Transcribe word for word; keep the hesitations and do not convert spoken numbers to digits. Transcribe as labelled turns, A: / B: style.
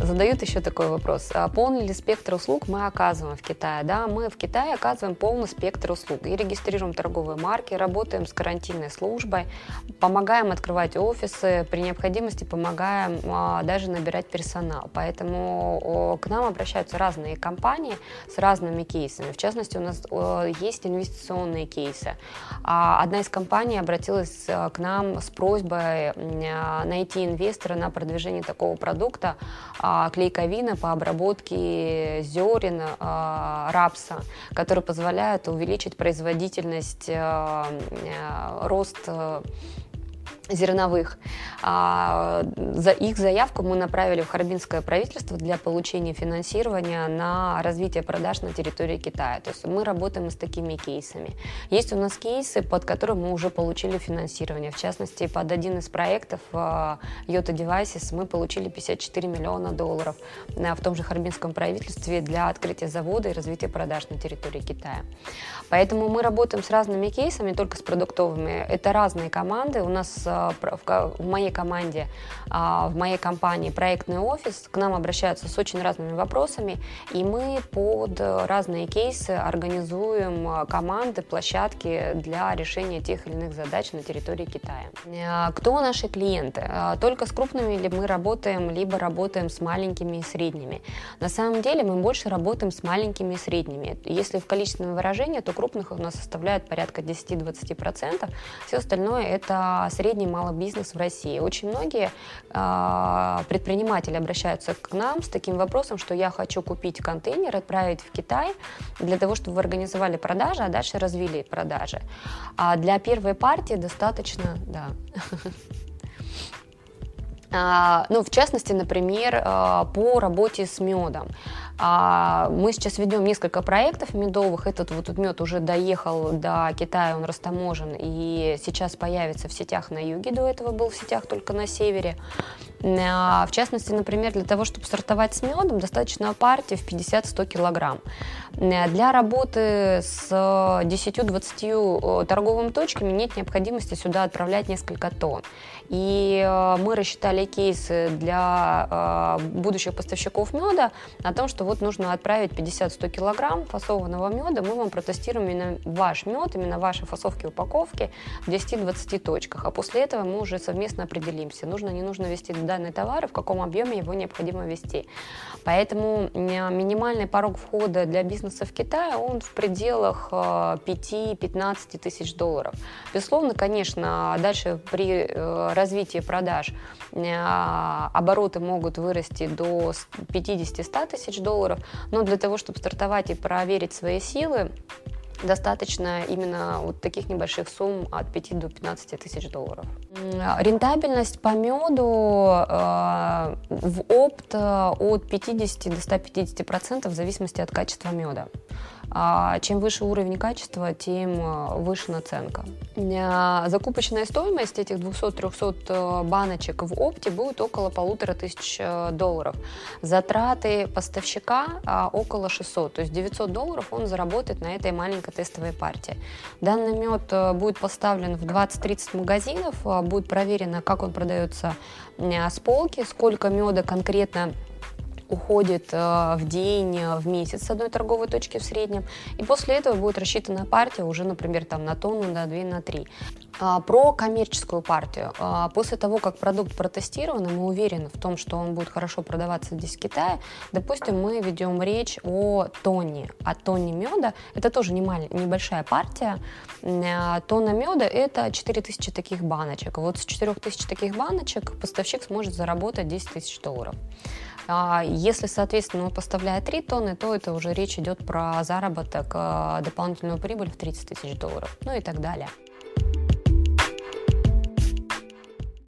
A: задают еще такой вопрос. А полный ли спектр услуг мы оказываем в Китае? Да, мы в Китае оказываем полный спектр услуг. И регистрируем торговые марки, работаем с карантинной службой, помогаем открывать офисы, при необходимости помогаем а, даже набирать персонал. Поэтому о, к нам обращаются разные компании с разными кейсами. В частности, у нас о, есть инвестиционные кейсы. А, одна из компаний обратилась к нам с просьбой а, найти инвестора на продвижение такого продукта, а, клейковина по обработке зерен а, рапса, который позволяет увеличить производительность, а, а, рост а, зерновых. А, за их заявку мы направили в Харбинское правительство для получения финансирования на развитие продаж на территории Китая. То есть мы работаем с такими кейсами. Есть у нас кейсы, под которые мы уже получили финансирование. В частности, под один из проектов Yota Devices мы получили пятьдесят четыре миллиона долларов в том же Харбинском правительстве для открытия завода и развития продаж на территории Китая. Поэтому мы работаем с разными кейсами, только с продуктовыми. Это разные команды. У нас в моей команде, в моей компании проектный офис, к нам обращаются с очень разными вопросами, и мы под разные кейсы организуем команды, площадки для решения тех или иных задач на территории Китая. Кто наши клиенты? Только с крупными ли мы работаем, либо работаем с маленькими и средними? На самом деле мы больше работаем с маленькими и средними. Если в количественном выражении, то крупных у нас составляет порядка десять-двадцать процентов, все остальное это средний малый бизнес в России. Очень многие э, предприниматели обращаются к нам с таким вопросом, что я хочу купить контейнер, отправить в Китай для того, чтобы вы организовали продажи, а дальше развили продажи. А для первой партии достаточно, да. Ну, в частности, например, по работе с медом. Мы сейчас ведем несколько проектов медовых. Этот вот мед уже доехал до Китая, он растаможен и сейчас появится в сетях на юге. До этого был в сетях только на севере. В частности, например, для того, чтобы стартовать с медом, достаточно партии в пятьдесят-сто килограмм. Для работы с десятью-двадцатью торговыми точками нет необходимости сюда отправлять несколько тонн. И мы рассчитали кейсы для будущих поставщиков меда о том, что вот нужно отправить пятьдесят-сто килограмм фасованного меда, мы вам протестируем именно ваш мед, именно ваши фасовки, упаковки в десяти-двадцати точках. А после этого мы уже совместно определимся, нужно, не нужно везти данный товар и в каком объеме его необходимо везти. Поэтому минимальный порог входа для бизнеса в Китае, он в пределах пяти-пятнадцати тысяч долларов. Безусловно, конечно, дальше при развитии продаж обороты могут вырасти до пятидесяти-ста тысяч долларов, но для того, чтобы стартовать и проверить свои силы, достаточно именно вот таких небольших сумм от пяти до пятнадцати тысяч долларов. Рентабельность по меду э, в опт от пятидесяти до ста пятидесяти процентов в зависимости от качества меда. А чем выше уровень качества, тем выше наценка. Закупочная стоимость этих двухсот-трехсот баночек в опте будет около полутора тысяч долларов. Затраты поставщика около шестисот, то есть девятьсот долларов он заработает на этой маленькой тестовой партии. Данный мед будет поставлен в двадцать-тридцать магазинов, будет проверено, как он продается с полки, сколько меда конкретно уходит в день, в месяц с одной торговой точки в среднем. И после этого будет рассчитана партия уже, например, там, на тонну, на две, на три. Про коммерческую партию. После того, как продукт протестирован, и мы уверены в том, что он будет хорошо продаваться здесь, в Китае, допустим, мы ведем речь о тонне. О тонне меда, это тоже не малень, небольшая партия. Тонна меда – это четыре тысячи таких баночек. Вот с четырёх тысяч таких баночек поставщик сможет заработать десять тысяч долларов. Если, соответственно, он поставляет три тонны, то это уже речь идет про заработок, дополнительную прибыль в тридцать тысяч долларов, ну и так далее.